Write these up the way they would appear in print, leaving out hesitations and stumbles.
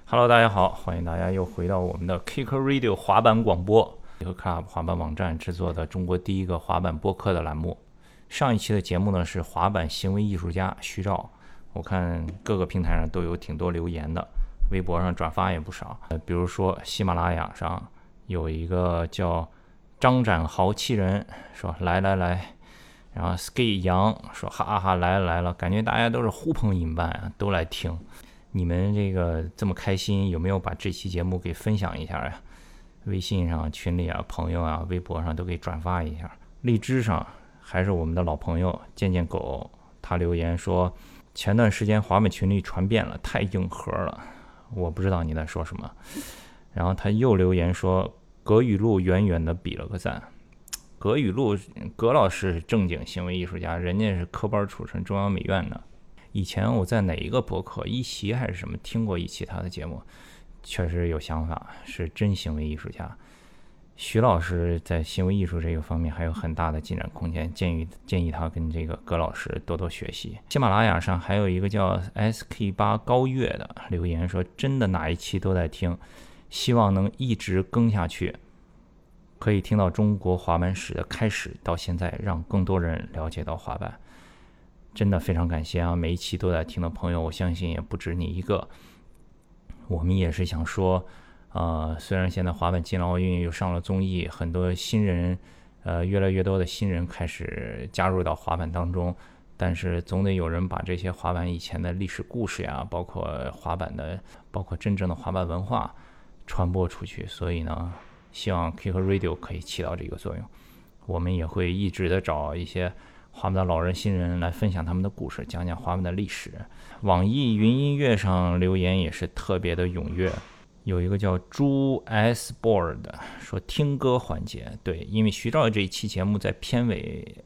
Hello，大家好，欢迎大家又回到我们的 Kicker Radio 滑板广播，和 Club 滑板网站制作的中国第一个滑板播客的栏目。上一期的节目呢是滑板行为艺术家徐照，我看各个平台上都有挺多留言的，微博上转发也不少。比如说喜马拉雅上有一个叫张展豪七人说来，然后 Ski 杨说哈哈来了，感觉大家都是呼朋引伴啊，都来听。你们这么开心，有没有把这期节目给分享一下呀？微信上、群里啊、朋友啊、微博上都给转发一下。荔枝上还是我们的老朋友健狗，他留言说前段时间滑板群里传遍了，太硬核了，我不知道你在说什么。然后他又留言说葛雨露远远的比了个赞。葛雨露，葛老师是正经行为艺术家，人家是科班出身，中央美院的。以前我在哪一个博客一席还是什么听过一期他的节目，确实有想法，是真行为艺术家。徐老师在行为艺术这个方面还有很大的进展空间，建议他跟这个葛老师多多学习。喜马拉雅上还有一个叫 SK8 高月的留言说，真的哪一期都在听，希望能一直更下去，可以听到中国滑板史的开始到现在，让更多人了解到滑板。真的非常感谢啊！每一期都在听的朋友，我相信也不止你一个。我们也是想说，虽然现在滑板进了奥运，又上了综艺，很多新人，越来越多的新人开始加入到滑板当中，但是总得有人把这些滑板以前的历史故事呀，包括真正的滑板文化传播出去。所以呢，希望 Kicker Radio 可以起到这个作用。我们也会一直的找一些滑板的老人新人来分享他们的故事，讲讲滑板的历史。网易云音乐上留言也是特别的踊跃，有一个叫朱 S Board 说听歌环节，对，因为徐照这一期节目在片尾，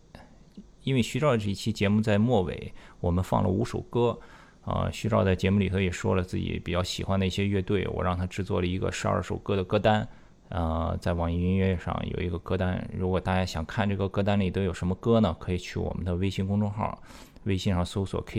在末尾我们放了5首歌。徐照在节目里头也说了自己比较喜欢的一些乐队，我让他制作了一个12首歌的歌单。在网易云音乐上有一个歌单，如果大家想看这个歌单里都有什么歌呢，可以去我们的微信公众号，微信上搜索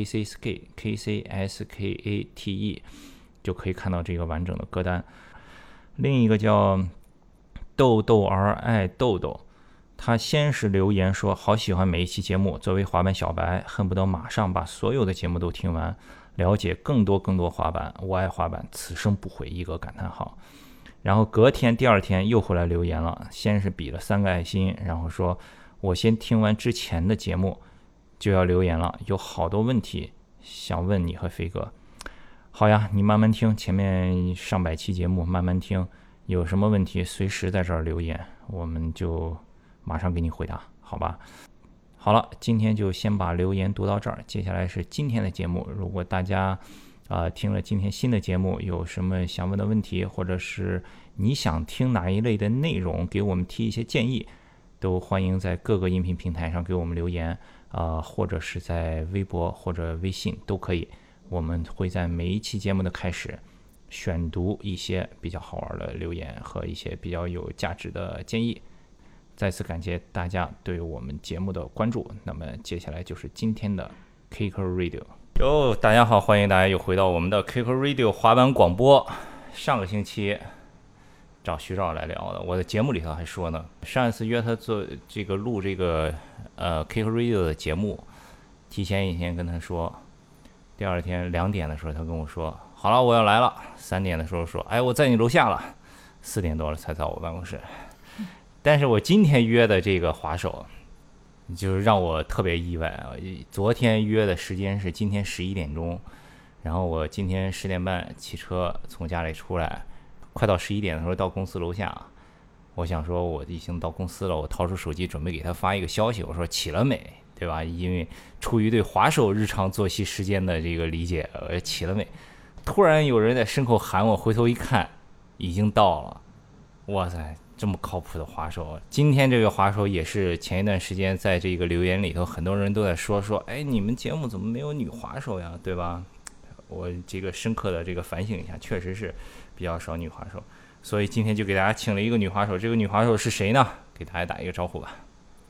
KCSKATE 就可以看到这个完整的歌单。另一个叫豆豆儿爱豆豆，他先是留言说好喜欢每一期节目，作为滑板小白恨不得马上把所有的节目都听完，了解更多滑板，我爱滑板，此生不悔，一个感叹号。然后第二天又回来留言了，先是比了3个爱心，然后说我先听完之前的节目就要留言了，有好多问题想问你和飞哥。好呀，你慢慢听，前面上百期节目慢慢听，有什么问题随时在这儿留言，我们就马上给你回答，好吧？好了，今天就先把留言读到这儿，接下来是今天的节目。如果大家听了今天新的节目，有什么想问的问题，或者是你想听哪一类的内容，给我们提一些建议，都欢迎在各个音频平台上给我们留言，或者是在微博或者微信都可以。我们会在每一期节目的开始选读一些比较好玩的留言和一些比较有价值的建议。再次感谢大家对我们节目的关注，那么接下来就是今天的 Kicker Radio。大家好，欢迎大家又回到我们的 Kicker Radio 滑板广播。上个星期找徐照来聊的，我的节目里头还说呢，上一次约他做录这个Kicker Radio 的节目，提前一天跟他说，第二天2点的时候他跟我说好了我要来了，3点的时候说哎我在你楼下了，4点多了才到我办公室。但是我今天约的这个滑手就是让我特别意外啊！昨天约的时间是今天11点钟，然后我今天10点半骑车从家里出来，快到11点的时候到公司楼下，我想说我已经到公司了，我掏出手机准备给他发一个消息，我说起了没，对吧？因为出于对滑手日常作息时间的这个理解，起了没？突然有人在身后喊我，回头一看，已经到了，哇塞！这么靠谱的滑手，今天这个滑手也是前一段时间在这个留言里头，很多人都在说，哎，你们节目怎么没有女滑手呀，对吧？我这个深刻的这个反省一下，确实是比较少女滑手，所以今天就给大家请了一个女滑手。这个女滑手是谁呢？给大家打一个招呼吧。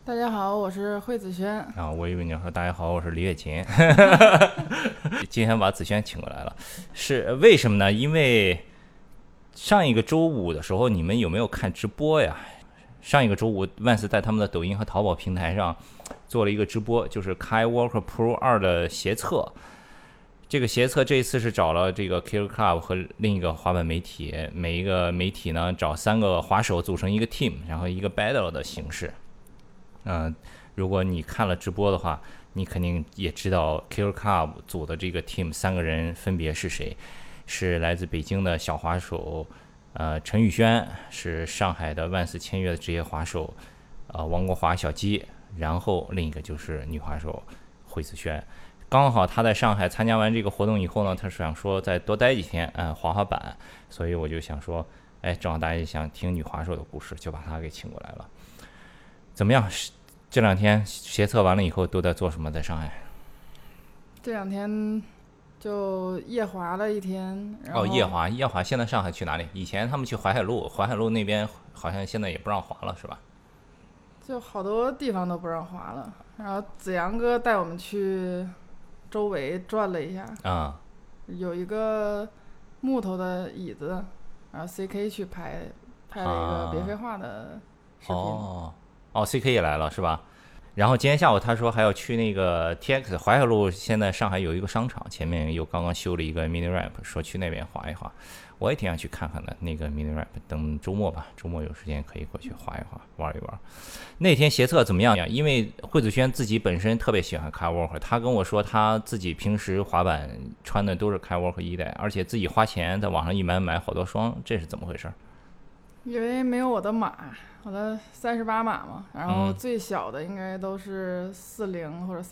大家好，我是惠子轩啊，我以为你要说大家好，我是李雪琴。今天把子轩请过来了，是为什么呢？因为上一个周五的时候，你们有没有看直播呀？上一个周五，万斯在他们的抖音和淘宝平台上做了一个直播，就是 Skywalker Pro 2的鞋测。这个鞋测这一次是找了这个 Killer Club 和另一个滑板媒体，每一个媒体呢找3个滑手组成一个 team， 然后一个 battle 的形式。如果你看了直播的话，你肯定也知道 Killer Club 组的这个 team 3个人分别是谁，是来自北京的小滑手陈宇轩，是上海的万斯签约的职业滑手王国华小鸡，然后另一个就是女滑手惠子轩。刚好他在上海参加完这个活动以后呢，他想说再多待几天滑滑板，所以我就想说正好大家想听女滑手的故事，就把他给请过来了。怎么样？这2天鞋测完了以后都在做什么？在上海？ 这2天就夜滑了1天。然后夜滑。现在上海去哪里？以前他们去淮海路那边好像现在也不让滑了，是吧？ 就好多地方都不让滑了。然后子阳哥带我们去周围转了一下。有一个木头的椅子，然后 CK 去拍了一个别废话的视频。 CK 也来了是吧？然后今天下午他说还要去那个 TX 淮海路，现在上海有一个商场，前面又刚刚修了一个 mini ramp， 说去那边滑一滑。我也挺想去看看的那个 mini ramp， 等周末吧，周末有时间可以过去滑一滑，玩一玩。那天鞋测怎么样呀？因为惠子轩自己本身特别喜欢 Skywalker， 他跟我说他自己平时滑板穿的都是 Skywalker 1代，而且自己花钱在网上一买好多双，这是怎么回事？ 因为没有我的码，我的38码嘛，然后最小的应该都是40或者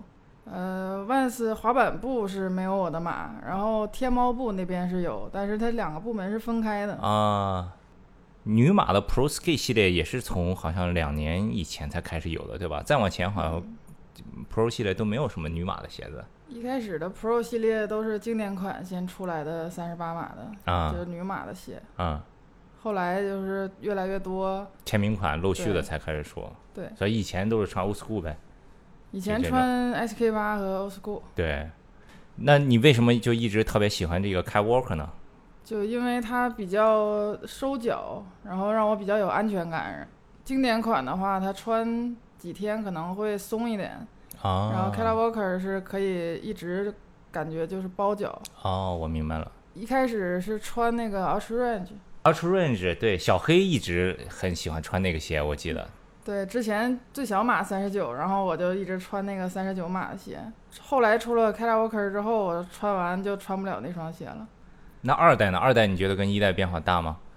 39。万斯滑板部是没有我的码，然后天猫部那边是有，但是它2个部门是分开的。 女码的 Pro Ski 系列也是从好像2年以前才开始有的，对吧？再往前好像 Pro 系列都没有什么女码的鞋子。 一开始的 Pro 系列都是经典款先出来的38码的，就是女码的鞋。后来就是越来越多签名款陆续的才开始出。 对， 所以以前都是穿 Old School 呗。 以前穿 SK8 和 Old School。 对，那你为什么就一直特别喜欢这个 Skywalker 呢？ 就因为它比较收脚，然后让我比较有安全感。经典款的话，它穿几天可能会松一点。然后 Skywalker 是可以一直感觉就是包脚。 我明白了。 一开始是穿那个 Ultra Range， 对，小黑一直很喜欢穿那个鞋，我记得。 对，之前最小码39，然后我就一直穿那个39码的鞋。后来出了 Skywalker 之后，我穿完就穿不了那双鞋了。 那2代呢？2代你觉得跟1代变化大吗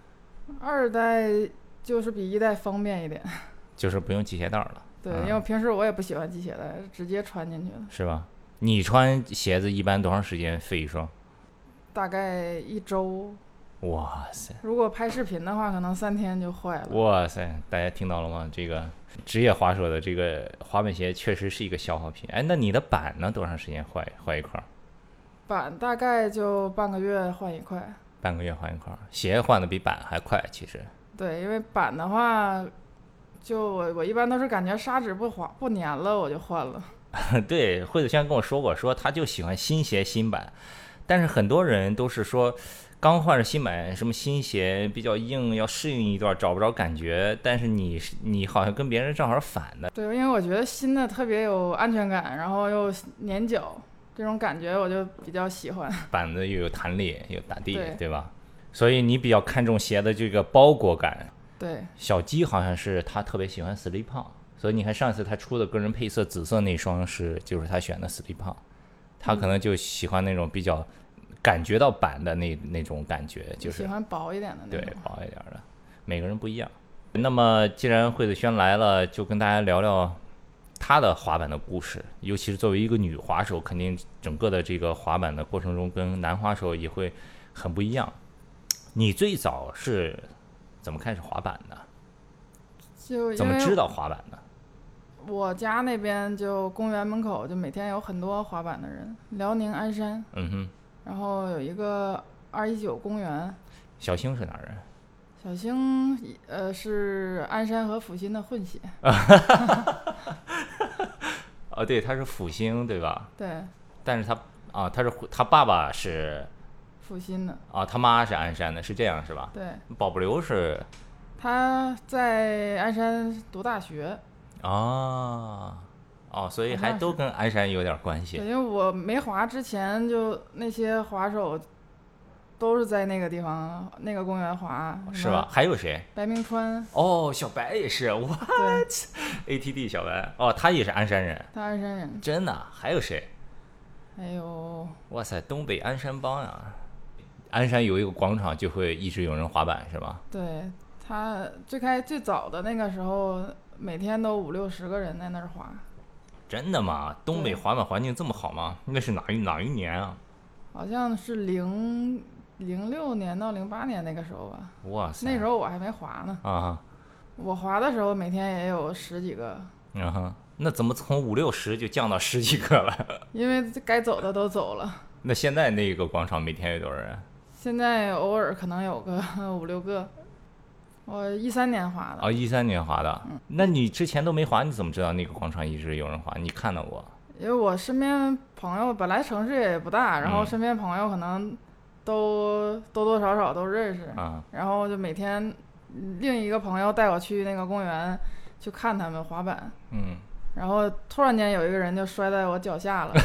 ？2代就是比1代方便一点， 就是不用系鞋带了。 对，因为平时我也不喜欢系鞋带，直接穿进去了。 是吧？你穿鞋子一般多长时间废一双？ 大概1周。 哇塞！ 如果拍视频的话，可能3天就坏了。 哇塞！大家听到了吗？这个职业滑手的这个滑板鞋确实是一个消耗品。那你的板呢？多长时间换一块？ 板大概就半个月换一块。 半个月换一块，鞋换的比板还快，其实。 对，因为板的话，就我一般都是感觉砂纸不粘了，我就换了。 对，惠子轩跟我说过，说他就喜欢新鞋新板，但是很多人都是说刚换上新板，什么新鞋比较硬，要适应一段，找不着感觉。但是你好像跟别人正好反的。 对，因为我觉得新的特别有安全感，然后又粘脚，这种感觉我就比较喜欢。 板子又有弹力，又打地，对吧？所以你比较看重鞋的这个包裹感。 对， 小鸡好像是他特别喜欢 Slip-on， 所以你看上次他出的个人配色紫色那双就是他选的 Slip-on， 他可能就喜欢那种比较感觉到板的那种感觉，就是喜欢薄一点的那种。 对，薄一点的，每个人不一样。那么既然惠子轩来了，就跟大家聊聊她的滑板的故事，尤其是作为一个女滑手，肯定整个的这个滑板的过程中跟男滑手也会很不一样。你最早是怎么开始滑板的？ 就怎么知道滑板的？ 我家那边就公园门口就每天有很多滑板的人，辽宁鞍山。然后有一个219公园。 小星是哪人？ 小星是鞍山和阜新的混血。 哦，对，他是阜新对吧？ 对。 但是他爸爸是阜新的。 他妈是鞍山的，是这样是吧？ 对。 宝不留是他在鞍山读大学。 所以还都跟鞍山有点关系。 因为我没滑之前，就那些滑手都是在那个地方那个公园滑。 是吧？还有谁？ 白明川。 小白也是。What？ ATD 小白。他也是鞍山人。 他鞍山人。 真的？还有谁？ 还有， 哇塞，东北鞍山帮啊！鞍山有一个广场就会一直有人滑板是吧？ 对，他最早的那个时候，每天都50-60个人在那儿滑。 真的吗？东北滑板环境这么好吗？那是哪一年啊？ 好像是06年到08年那个时候吧。 哇塞！ 那时候我还没滑呢。我滑的时候每天也有10几个。 那怎么从50-60就降到10几个了？ 因为该走的都走了。 那现在那个广场每天有多少人？ 现在偶尔可能有个5-6个。我13年滑的。 13年滑的。那你之前都没滑，你怎么知道那个广场一直有人滑？你看到过？ 因为我身边朋友本来城市也不大，然后身边朋友可能都多多少少都认识。然后就每天另一个朋友带我去那个公园去看他们滑板。然后突然间有一个人就摔在我脚下了。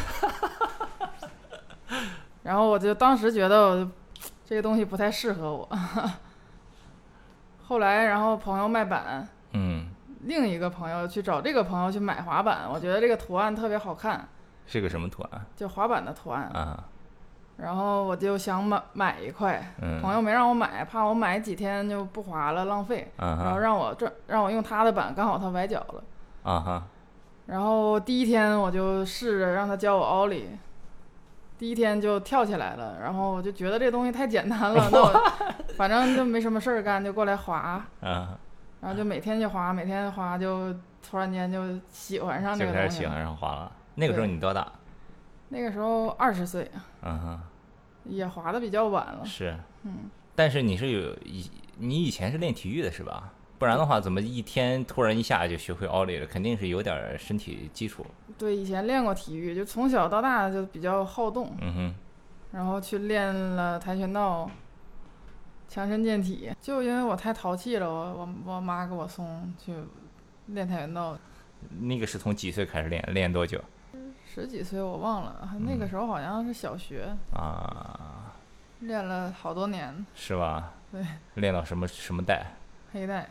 然后我就当时觉得这个东西不太适合我。后来然后朋友卖板。另一个朋友去找这个朋友去买滑板，我觉得这个图案特别好看。 是个什么图案？ 就滑板的图案。然后我就想买一块。朋友没让我买，怕我买几天就不滑了浪费。然后让我用他的板，刚好他崴脚了。然后第一天我就试着让他教我奥利，第一天就跳起来了。然后我就觉得这东西太简单了，那我反正就没什么事儿干，就过来滑。然后就每天就滑，每天滑，就突然间就喜欢上这个东西， 就开始喜欢上滑了。那个时候你多大？ 那个时候20岁。也滑的比较晚了。 是。但是你以前是练体育的是吧？不然的话怎么一天突然一下就学会奥利了？肯定是有点身体基础。 对，以前练过体育，就从小到大就比较好动。然后去练了跆拳道、强身健体。就因为我太淘气了，我妈给我送去练跆拳道。 那个是从几岁开始练多久 ？10几岁我忘了，那个时候好像是小学。练了好多年。 是吧？ 对。 练到什么带？ 黑带。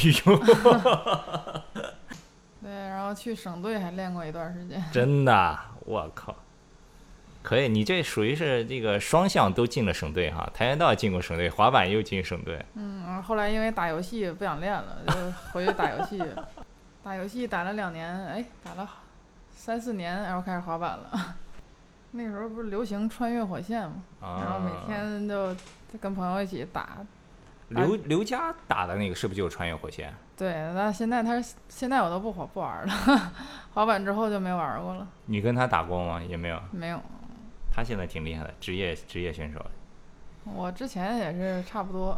对，然后去省队还练过一段时间。 真的？我靠！可以，你这属于是这个双项都进了省队哈，跆拳道进过省队，滑板又进省队。 后来因为打游戏不想练了，就回去打游戏。打游戏打了2年，打了3-4年，然后开始滑板了。那时候不是流行穿越火线吗？然后每天就跟朋友一起打。 刘佳打的那个是不是就是穿越火线？ 对，但现在我都不玩了。滑板之后就没玩过了。 你跟他打过吗？也没有。 没有。 他现在挺厉害的，职业选手。 我之前也是差不多。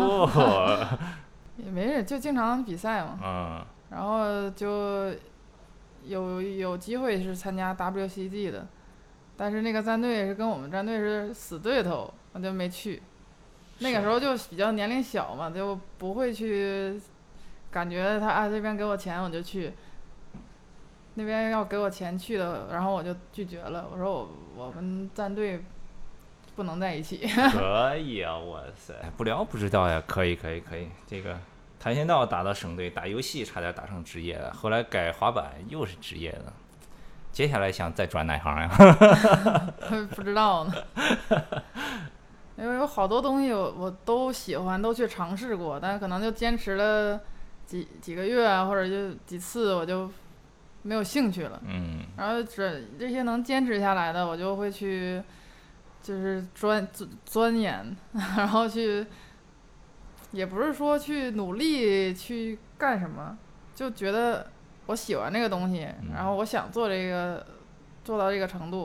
也没事，就经常比赛嘛。然后就有机会是参加 WCG 的，但是那个战队是跟我们战队是死对头，我就没去。那个时候就比较年龄小嘛，就不会去，感觉他这边给我钱我就去，那边要给我钱去的，然后我就拒绝了。我说我们战队不能在一起。 可以啊，哇塞，不聊不知道呀，可以。这个跆拳道打到省队，打游戏差点打成职业的，后来改滑板又是职业的，接下来想再转哪行呀？ 不知道呢。因为有好多东西我都喜欢，都去尝试过，但可能就坚持了几个月啊，或者就几次，我就没有兴趣了。然后这些能坚持下来的，我就会去，就是钻研，然后去，也不是说去努力去干什么，就觉得我喜欢这个东西，然后我想做到这个程度，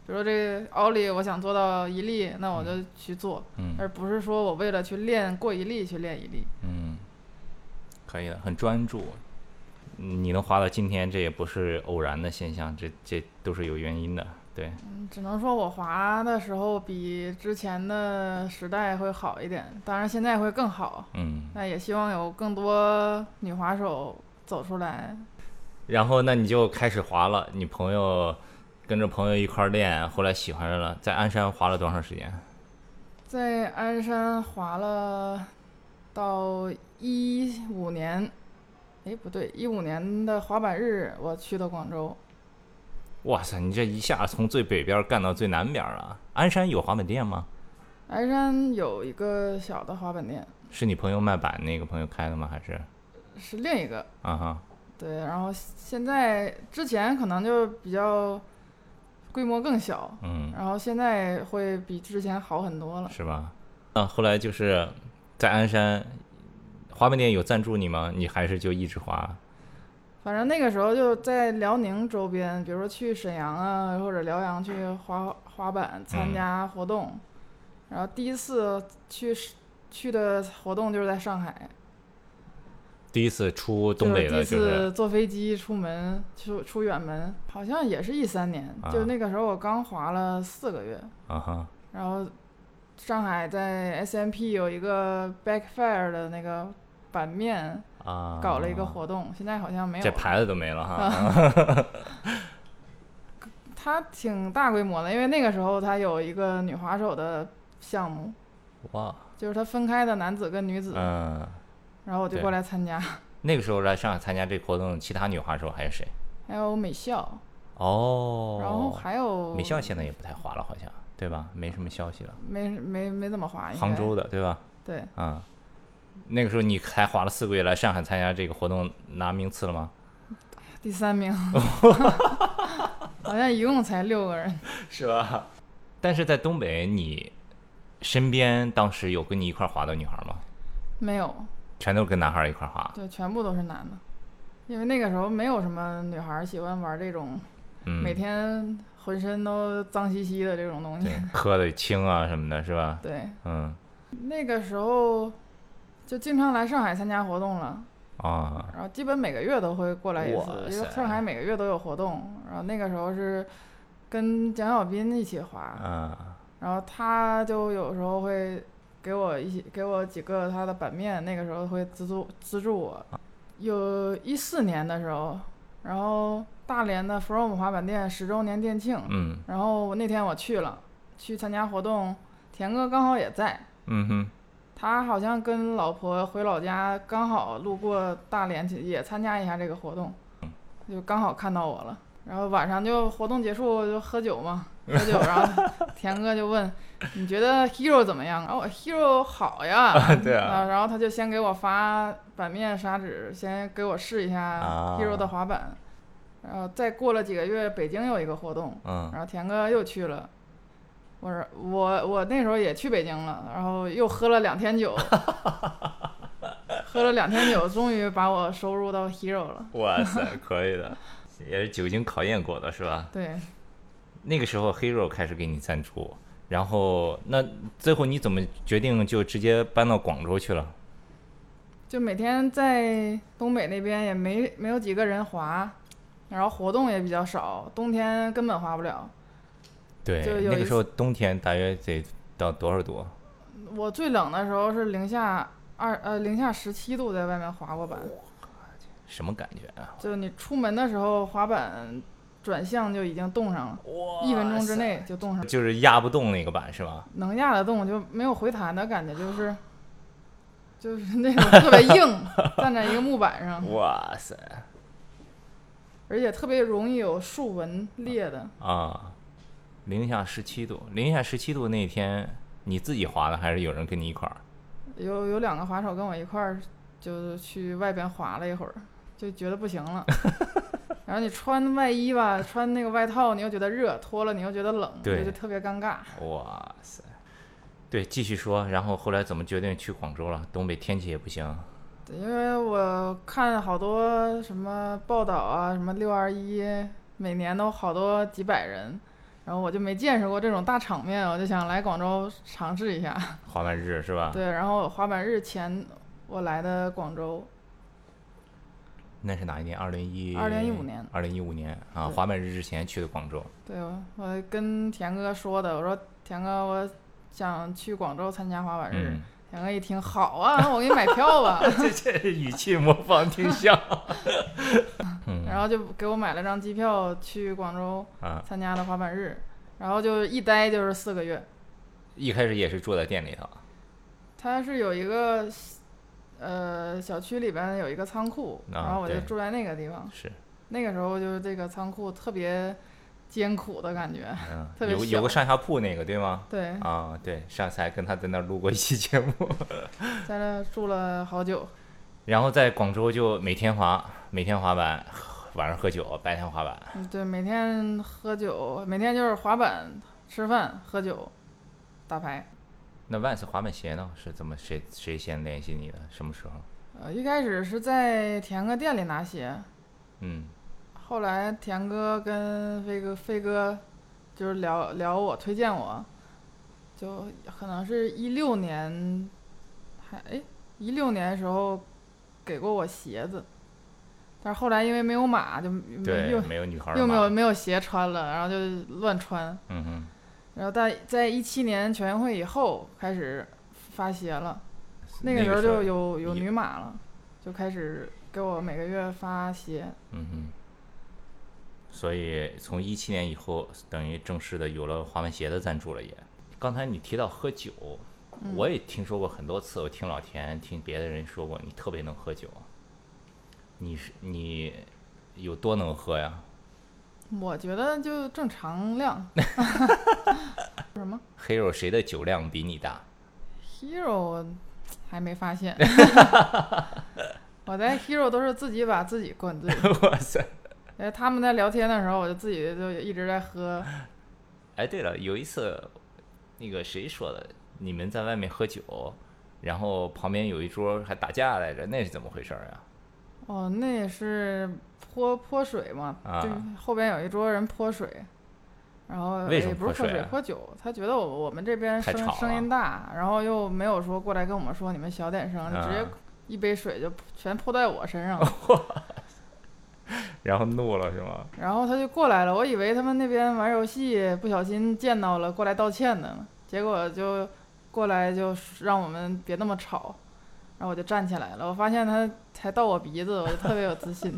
比如说这个奥利我想做到1粒，那我就去做，而不是说我为了去练过1粒去练1粒。 可以的，很专注。你能滑到今天，这也不是偶然的现象，这都是有原因的。对， 只能说我滑的时候比之前的时代会好一点，当然现在会更好。那也希望有更多女滑手走出来。 然后那你就开始滑了，你跟着朋友一块练，后来喜欢上了。在鞍山滑了多长时间？ 在鞍山滑了到15年，不对，15年的滑板日我去的广州。 哇塞，你这一下从最北边干到最南边了。鞍山有滑板店吗？ 鞍山有一个小的滑板店。 是你朋友卖板那个朋友开的吗？还是另一个。对，然后之前可能就比较规模更小，然后现在会比之前好很多了。 是吧？后来就是在鞍山滑板店有赞助你吗？你还是就一直滑？ 反正那个时候就在辽宁周边，比如说去沈阳啊或者辽阳去滑板参加活动，然后第一次去的活动就是在上海。 第一次出东北的， 第一次坐飞机出门出远门，好像也是13年，就那个时候我刚滑了4个月。然后上海在 SMP 有一个 Backfire 的那个板面搞了一个活动，现在好像没有， 这牌子都没了哈。 它挺大规模的，因为那个时候它有一个女滑手的项目，就是它分开的男子跟女子，然后我就过来参加。 那个时候来上海参加这个活动，其他女滑手还有谁？ 还有美校。然后还有美校现在也不太滑了，好像对吧？没什么消息了。 没怎么滑。 杭州的对吧？ 对。 那个时候你才滑了4个月，来上海参加这个活动，拿名次了吗？ 第3名。好像一共才6个人。 是吧？但是在东北，你身边当时有跟你一块滑的女孩吗？ 没有。 全都跟男孩一块滑？ 对，全部都是男的。因为那个时候没有什么女孩喜欢玩这种，每天浑身都脏兮兮的这种东西， 喝的轻啊什么的，是吧？ 对，那个时候就经常来上海参加活动了然后基本每个月都会过来一次，因为上海每个月都有活动。然后那个时候是跟蒋小斌一起滑然后他就有时候会给我几个他的板面，那个时候会资助我。有14年的时候，然后大连的 From 滑板店10周年店庆，然后那天我去参加活动，田哥刚好也在，他好像跟老婆回老家，刚好路过大连也参加一下这个活动，就刚好看到我了。然后晚上就活动结束就喝酒嘛，然后田哥就问你觉得 Hero 怎么样？我 Hero 好呀， 对啊， 然后他就先给我发板面砂纸，先给我试一下 Hero 的滑板，然后再过了几个月，北京有一个活动，然后田哥又去了，我那时候也去北京了，然后又喝了2天酒，喝了2天酒，终于把我收入到 Hero 了。 哇塞，可以的。也是酒精考验过的是吧？ 对。 那个时候 Hero 开始给你赞助，然后那最后你怎么决定就直接搬到广州去了？ 就每天在东北那边也没有几个人滑，然后活动也比较少，冬天根本滑不了。 对，那个时候冬天大约得到多少度？ 我最冷的时候是零下17度，在外面滑过板。 什么感觉啊？ 就你出门的时候滑板转向就已经冻上了，1分钟之内就冻上了， 就是压不动那个板是吧？ 能压得动，就没有回弹的感觉，就是那种特别硬，站在一个木板上。 哇塞！ 而且特别容易有竖纹裂的零下17度，零下17度那天你自己滑的还是有人跟你一块儿？ 有2个滑手跟我一块儿，就去外边滑了一会儿。就觉得不行了，然后你穿外衣吧，穿那个外套，你又觉得热，脱了你又觉得冷，就特别尴尬。 哇塞！对，继续说，然后后来怎么决定去广州了？东北天气也不行。 对，因为我看好多什么报道啊，什么621，每年都好多几百人， 然后我就没见识过这种大场面，我就想来广州尝试一下。 滑板日是吧？ 对，然后滑板日前我来的广州。 那是哪一年 ？2015年。 2015年啊，滑板日之前去的广州。 对，我跟田哥说的，我说田哥，我想去广州参加滑板日。田哥一听，好啊，我给你买票吧。 这语气模仿挺像。 然后就给我买了张机票去广州参加的滑板日，然后就一待就是4个月。 一开始也是住在店里头。 他是有一个小区里边有一个仓库，然后我就住在那个地方。 是。 那个时候就是这个仓库特别艰苦的感觉，特别有个上下铺那个对吗？ 对啊，对，上次还跟他在那儿录过一期节目。 在那住了好久。 然后在广州就每天滑板，晚上喝酒，白天滑板。 对，每天喝酒，每天就是滑板、吃饭、喝酒、打牌。 那Vans滑板鞋呢？是怎么谁先联系你的？什么时候？ 一开始是在田哥店里拿鞋。后来田哥跟飞哥就是聊我，推荐我，就可能是16年，16年的时候给过我鞋子，但是后来因为没有码，就没有女孩又没有鞋穿了，然后就乱穿。然后在17年全运会以后开始发鞋了，那个时候就有女码了，就开始给我每个月发鞋。 所以从17年以后，等于正式的有了滑板鞋的赞助了也。刚才你提到喝酒，我也听说过很多次，我听老田听别的人说过，你特别能喝酒。你有多能喝呀？ 我觉得就正常量。什么 ？Hero 谁的酒量比你大 ？Hero 还没发现。我在 Hero 都是自己把自己灌醉。 哇塞！ 他们在聊天的时候，我就自己就一直在喝。 哎，对了，有一次，那个谁说的，你们在外面喝酒，然后旁边有一桌还打架来着，那是怎么回事呀？ 哦，那也是泼水嘛，就后边有一桌人泼水，然后为什么不是泼水泼酒，他觉得我们这边声音大，然后又没有说过来跟我们说你们小点声，就直接一杯水就全泼在我身上。 然后怒了是吗？ 然后他就过来了，我以为他们那边玩游戏不小心见到了，过来道歉的呢，结果就过来就让我们别那么吵，然后我就站起来了，我发现他才到我鼻子，我就特别有自信。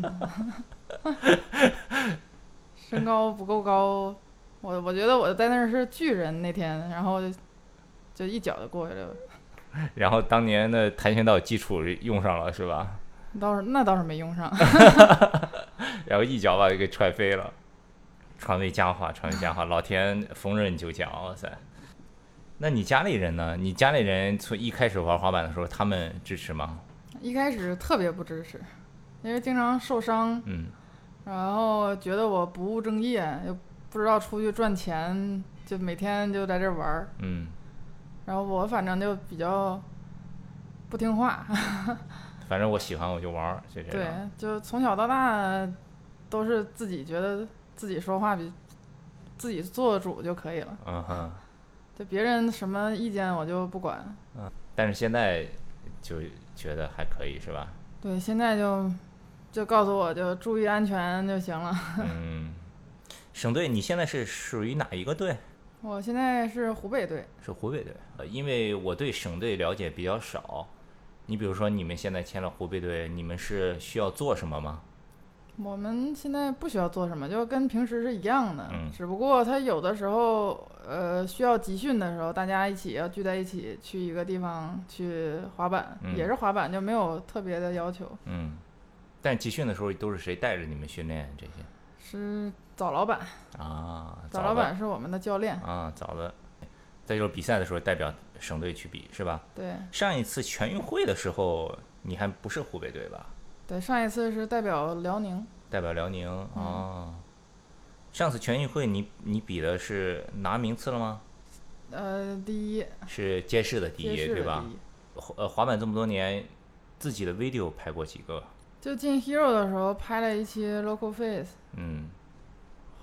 身高不够高，我觉得我在那儿是巨人那天，然后就一脚就过去了。 然后当年的跆拳道基础用上了是吧？ 那倒是没用上。 然后一脚把他给踹飞了。传为佳话，老田逢人就讲，哇塞！那你家里人呢？你家里人从一开始玩滑板的时候，他们支持吗？ 一开始特别不支持，因为经常受伤，然后觉得我不务正业，又不知道出去赚钱，就每天就在这玩，然后我反正就比较不听话。 反正我喜欢我就玩，就这样。 对，就从小到大都是自己觉得自己说话比自己做主就可以了。就别人什么意见我就不管。 但是现在就觉得还可以是吧？ 对，现在就告诉我就注意安全就行了。 省队你现在是属于哪一个队？ 我现在是湖北队。 是湖北队。因为我对省队了解比较少。你比如说你们现在签了湖北队，你们是需要做什么吗？ 我们现在不需要做什么，就跟平时是一样的，只不过他有的时候需要集训的时候，大家一起要聚在一起去一个地方去滑板，也是滑板，就没有特别的要求。 但集训的时候都是谁带着你们训练这些？ 是早老板啊， 早老板是我们的教练啊，早的。再就是比赛的时候代表省队去比是吧？ 对。 上一次全运会的时候你还不是湖北队吧？ 对，上一次是代表辽宁。 代表辽宁哦。上次全运会你比的是拿名次了吗？ 第一。 是街市的第一对吧？滑板这么多年，自己的 video 拍过几个？ 就进 Hero 的时候拍了一期 Local Face。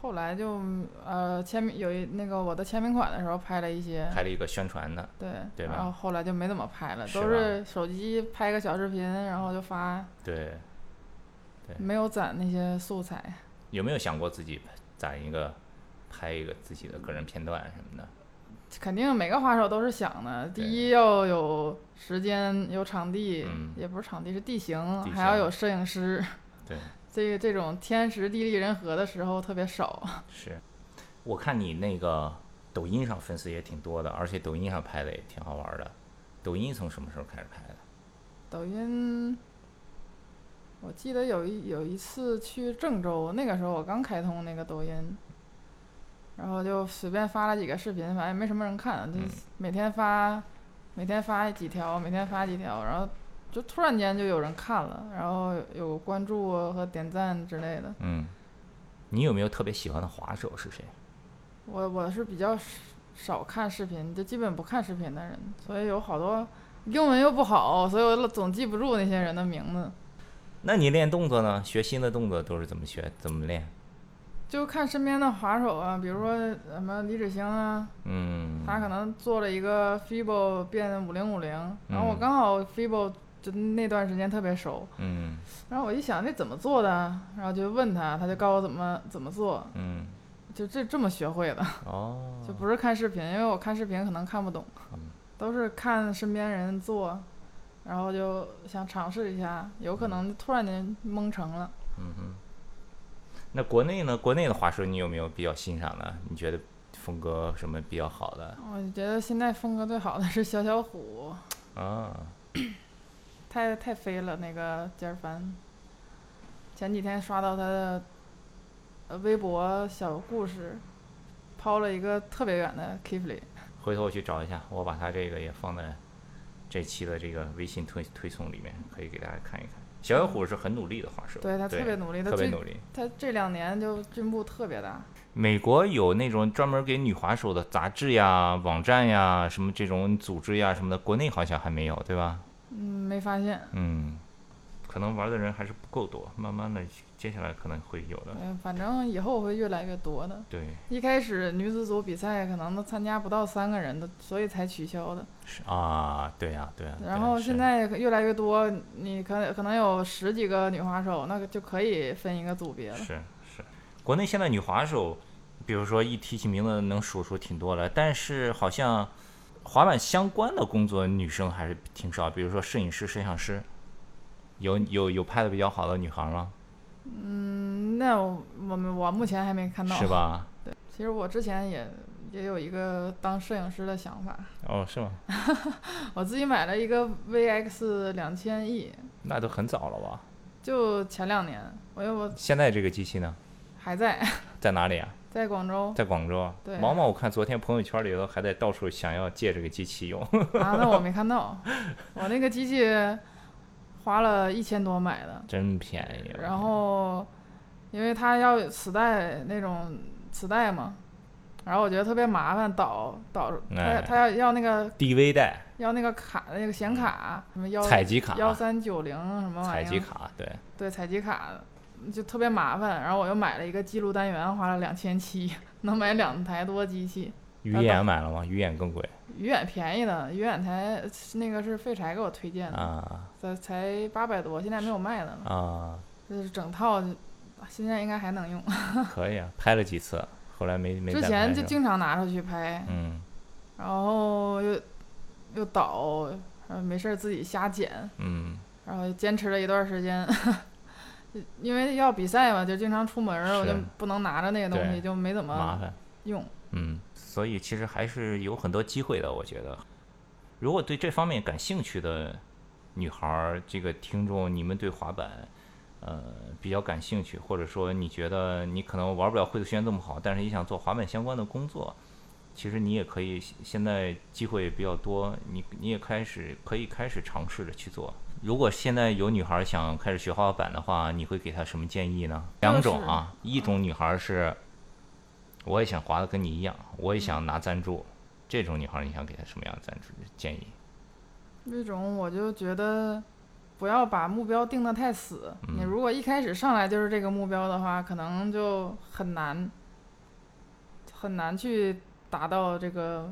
后来就签名那个我的签名款的时候拍了一个宣传的，对吧？ 然后后来就没怎么拍了，都是手机拍个小视频，然后就发。 对， 没有攒那些素材。 有没有想过自己拍一个自己的个人片段什么的？ 肯定每个滑手都是想的，第一要有时间有场地，也不是场地是地形，还要有摄影师。 对， 这种天时地利人和的时候特别少。 是，我看你那个抖音上粉丝也挺多的，而且抖音上拍的也挺好玩的。抖音从什么时候开始拍的？ 抖音，我记得有一次去郑州，那个时候我刚开通那个抖音，然后就随便发了几个视频，反正也没什么人看，就每天发几条，然后就突然间就有人看了，然后有关注和点赞之类的。 你有没有特别喜欢的滑手是谁？ 我是比较少看视频，就基本不看视频的人，所以有好多英文又不好，所以我总记不住那些人的名字。 那你练动作呢？学新的动作都是怎么学？怎么练？ 就看身边的滑手啊，比如说什么李芷星啊，他可能做了一个 FIBO 变5050，然后我刚好 FIBO 就那段时间特别熟，然后我一想这怎么做的，然后就问他，他就告诉我怎么做，就这么学会的。就不是看视频，因为我看视频可能看不懂，都是看身边人做，然后就想尝试一下，有可能突然间蒙成了。 那国内呢？国内的滑手你有没有比较欣赏的？你觉得风格什么比较好的？ 我觉得现在风格最好的是小虎。太飞了那个尖儿帆。前几天刷到他的微博小故事，抛了一个特别远的 Kifley。 回头我去找一下，我把他这个也放在这期的这个微信推送里面，可以给大家看一看。小虎是很努力的滑手， 对他特别努力， 特别努力。 他这2年就进步特别大。 美国有那种专门给女滑手的杂志呀、网站呀、什么这种组织呀什么的，国内好像还没有，对吧？ 没发现。 可能玩的人还是不够多，慢慢的，接下来可能会有的。 反正以后会越来越多的。 对。 一开始女子组比赛可能都参加不到3个人的，所以才取消的。 对呀。 然后现在越来越多，你可能有10几个女滑手，那就可以分一个组别了。 是。国内现在女滑手，比如说一提起名字能数出挺多了，但是好像滑板相关的工作女生还是挺少，比如说摄影师、摄像师。有拍的比较好的女孩吗？ 那我目前还没看到。 是吧？ 对，其实我之前也有一个当摄影师的想法。 是吗？ 我自己买了一个 VX2000E。 那都很早了吧？ 就前2年，我现在这个机器呢？ 还在。 在哪里啊？ 在广州。 在广州。 对。 毛毛我看昨天朋友圈里头还在到处想要借这个机器用。 那我没看到。我那个机器花了1000多买的， 真便宜。 然后，因为它要有磁带那种磁带嘛，然后我觉得特别麻烦，导它要那个 DV 带， 要那个卡那个显卡什么采集卡 1390什么玩意儿， 采集卡对采集卡就特别麻烦，然后我又买了一个记录单元，花了2700，能买2台多机器。 鱼眼买了吗？鱼眼更贵。 鱼眼便宜的，鱼眼台那个是废柴给我推荐的，才800多，现在没有卖的了。就是整套，现在应该还能用。 可以啊，拍了几次，后来没之前就经常拿出去拍，然后又导，然后没事自己瞎剪，然后坚持了一段时间。因为要比赛嘛，就经常出门，我就不能拿着那个东西，就没怎么麻烦用。 所以其实还是有很多机会的，我觉得。如果对这方面感兴趣的女孩，这个听众，你们对滑板，比较感兴趣，或者说你觉得你可能玩不了惠子轩这么好，但是你想做滑板相关的工作，其实你也可以，现在机会比较多，你也可以开始尝试着去做。如果现在有女孩想开始学滑板的话，你会给她什么建议呢？2种啊，一种女孩是。我也想滑得跟你一样，我也想拿赞助，这种女孩你想给她什么样的赞助建议？ 这种我就觉得不要把目标定得太死，你如果一开始上来就是这个目标的话，可能就很难。 很难去达到这个，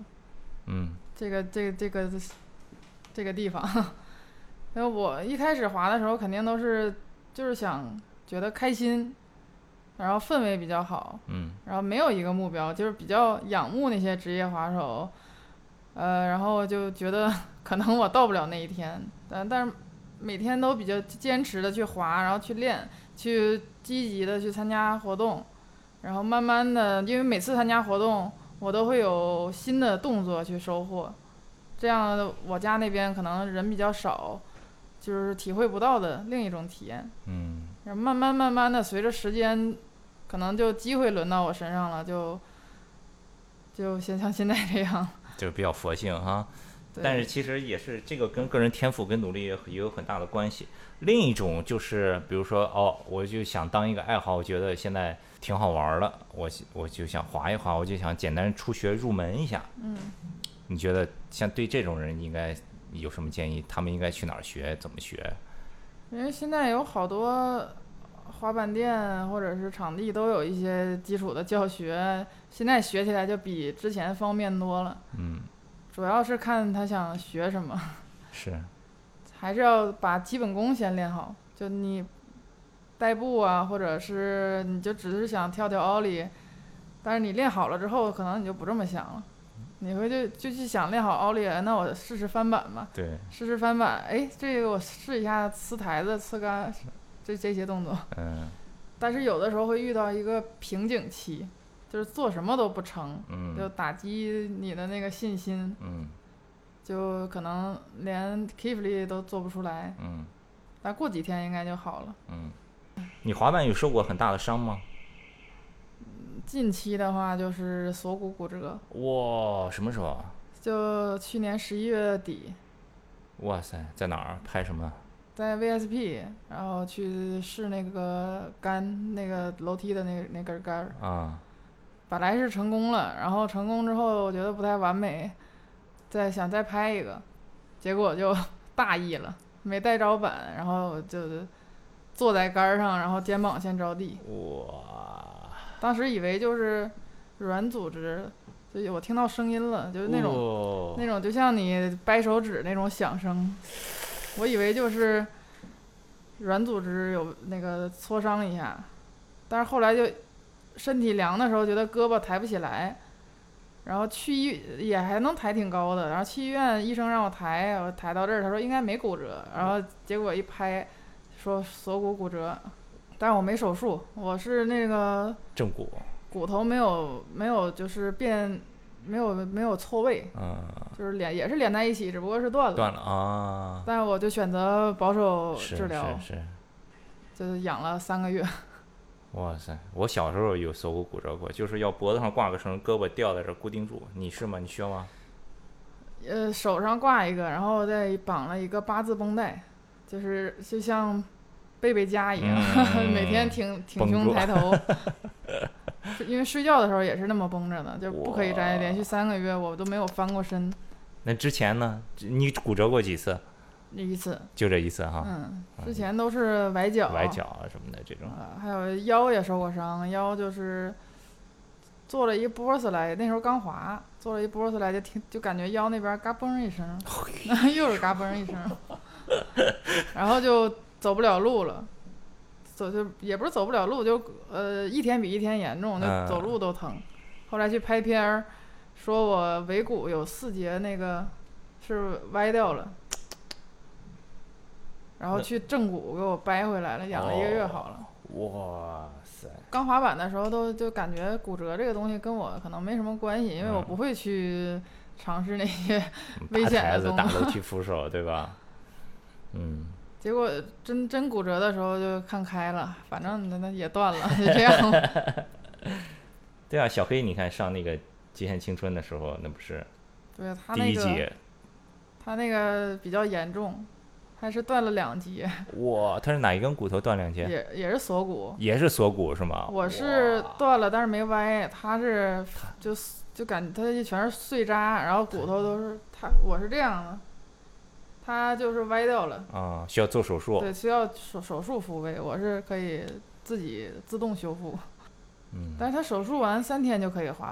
这个地方。因为我一开始滑的时候，肯定都是就是想觉得开心，然后氛围比较好，然后没有一个目标，就是比较仰慕那些职业滑手，然后就觉得可能我到不了那一天，但是每天都比较坚持的去滑，然后去练，去积极的去参加活动，然后慢慢的，因为每次参加活动，我都会有新的动作去收获，这样我家那边可能人比较少，就是体会不到的另一种体验。然后慢慢的，随着时间，可能就机会轮到我身上了，就像现在这样， 就比较佛性哈。但是其实也是这个跟个人天赋跟努力也有很大的关系。另一种就是比如说我就想当一个爱好，我觉得现在挺好玩的，我就想滑一滑，我就想简单初学入门一下。你觉得像对这种人应该有什么建议？他们应该去哪儿学，怎么学？ 因为现在有好多滑板店或者是场地都有一些基础的教学，现在学起来就比之前方便多了。主要是看他想学什么， 是， 还是要把基本功先练好。就你带步啊，或者是你就只是想跳奥利，但是你练好了之后，可能你就不这么想了，你会就去想练好奥利，那我试试翻板吧。 对， 试试翻板，哎，这个我试一下呲台子、呲杆，这些动作。但是有的时候会遇到一个瓶颈期。就是做什么都不成，就打击你的那个信心，就可能连 kickflip 都做不出来，但过几天应该就好了。 你滑板有受过很大的伤吗？ 近期的话就是锁骨骨折。 哇，什么时候？ 就去年11月底。 哇塞，在哪儿拍什么？ 在 VSP， 然后去试那个杆，那个楼梯的那根杆啊。本来是成功了，然后成功之后我觉得不太完美，想再拍一个，结果就大意了，没带着板，然后就坐在杆上，然后肩膀先着地。哇！当时以为就是软组织，就我听到声音了，就是那种就像你掰手指那种响声，我以为就是软组织有那个挫伤一下，但是后来就身体凉的时候觉得胳膊抬不起来，然后也还能抬挺高的，然后去医院，医生让我抬到这儿，他说应该没骨折，然后结果一拍说锁骨骨折，但是我没手术，我是那个正骨头没有就是没有错位，就是也是连在一起，只不过是断了啊。但是我就选择保守治疗，就是养了3个月。 哇塞！我小时候有锁骨骨折过，就是要脖子上挂个绳，胳膊吊在这固定住。你是吗？你需要吗？ 手上挂一个，然后再绑了一个8字绷带，就像贝佳一样，每天挺胸抬头。因为睡觉的时候也是那么绷着的，就不可以摘，连续3个月我都没有翻过身。 那之前呢？你骨折过几次？ 1次， 就这1次哈。 之前都是崴脚什么的这种。 还有腰也受过伤，腰就是做了一波斯来，那时候刚滑，做了一波斯来就感觉腰那边嘎嘣一声，又是嘎嘣一声，然后就走不了路了，就也不是走不了路，就一天比一天严重，就走路都疼。后来去拍片儿，说我尾骨有4节那个是歪掉了。然后去正骨给我掰回来了，养了1个月好了。 哇塞！ 刚滑板的时候就感觉骨折这个东西跟我可能没什么关系，因为我不会去尝试那些危险的东西， 打楼梯扶手，对吧？ 结果真骨折的时候就看开了，反正那也断了，就这样。 对啊，小黑，你看上那个《极限青春》的时候，那不是？ 对他第1集， 他那个比较严重。还是断了2节。 哇，他是哪一根骨头断2节？ 也是锁骨。 也是锁骨是吗？ 我是断了，但是没歪。他是就感觉他全是碎渣，然后骨头都是我是这样的，他就是歪掉了。 啊，需要做手术。 对，需要手术复位，我是可以自己自动修复。但是他手术完3天就可以滑板。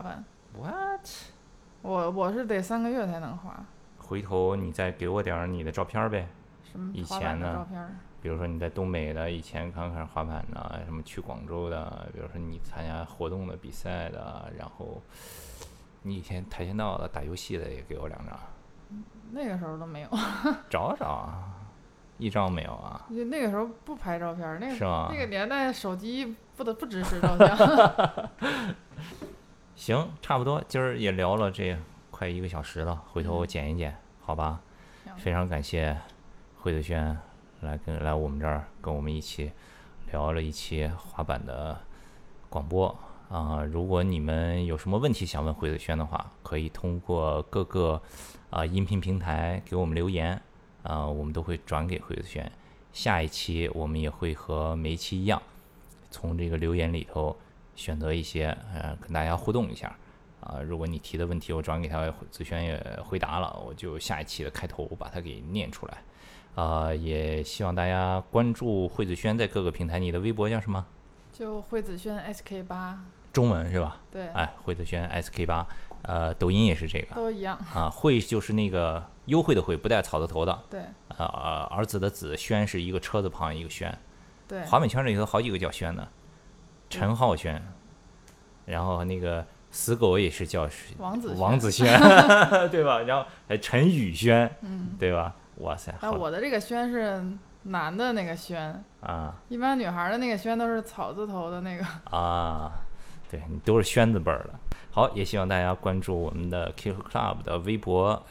What？ 我是得3个月才能滑。 回头你再给我点你的照片呗。 什么以前呢？ 照片？ 比如说你在东北的，以前刚开始滑板的，什么去广州的，比如说你参加活动的比赛的，然后你以前跆拳道的、打游戏的也给我2张。 那个时候都没有。 找找啊，一张没有啊？ 那个时候不拍照片， 是吗？ 那个年代手机不支持照相。 行，差不多，今儿也聊了这快1个小时了，回头我剪一剪，好吧？非常感谢惠子轩来我们这儿跟我们一起聊了一期滑板的广播啊。如果你们有什么问题想问惠子轩的话，可以通过各个音频平台给我们留言我们都会转给惠子轩。下一期我们也会和每一期一样，从这个留言里头选择一些跟大家互动一下如果你提的问题我转给他，子轩也回答了，我就下一期的开头把它给念出来也希望大家关注惠子轩在各个平台。你的微博叫什么？ 就惠子轩 SK8， 中文是吧？ 对， 惠子轩 SK8，抖音也是这个， 都一样惠就是那个优惠的惠，不带草字头的， 对， 儿子的子，轩是一个车字旁一个轩， 对， 滑板圈里头好几个叫轩的，陈浩轩，然后那个死狗也是叫王子轩对吧？然后还陈宇轩，对吧？哇塞！ 我的这个轩是男的那个轩一般女孩的那个轩都是草字头的那个对，你都是轩字辈儿的。好，也希望大家关注我们的 Kicker Club 的微博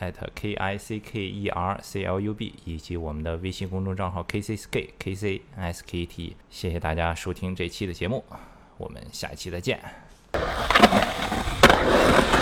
@KICKERCLUB 以及我们的微信公众账号 KCSKT。谢谢大家收听这期的节目，我们下一期再见。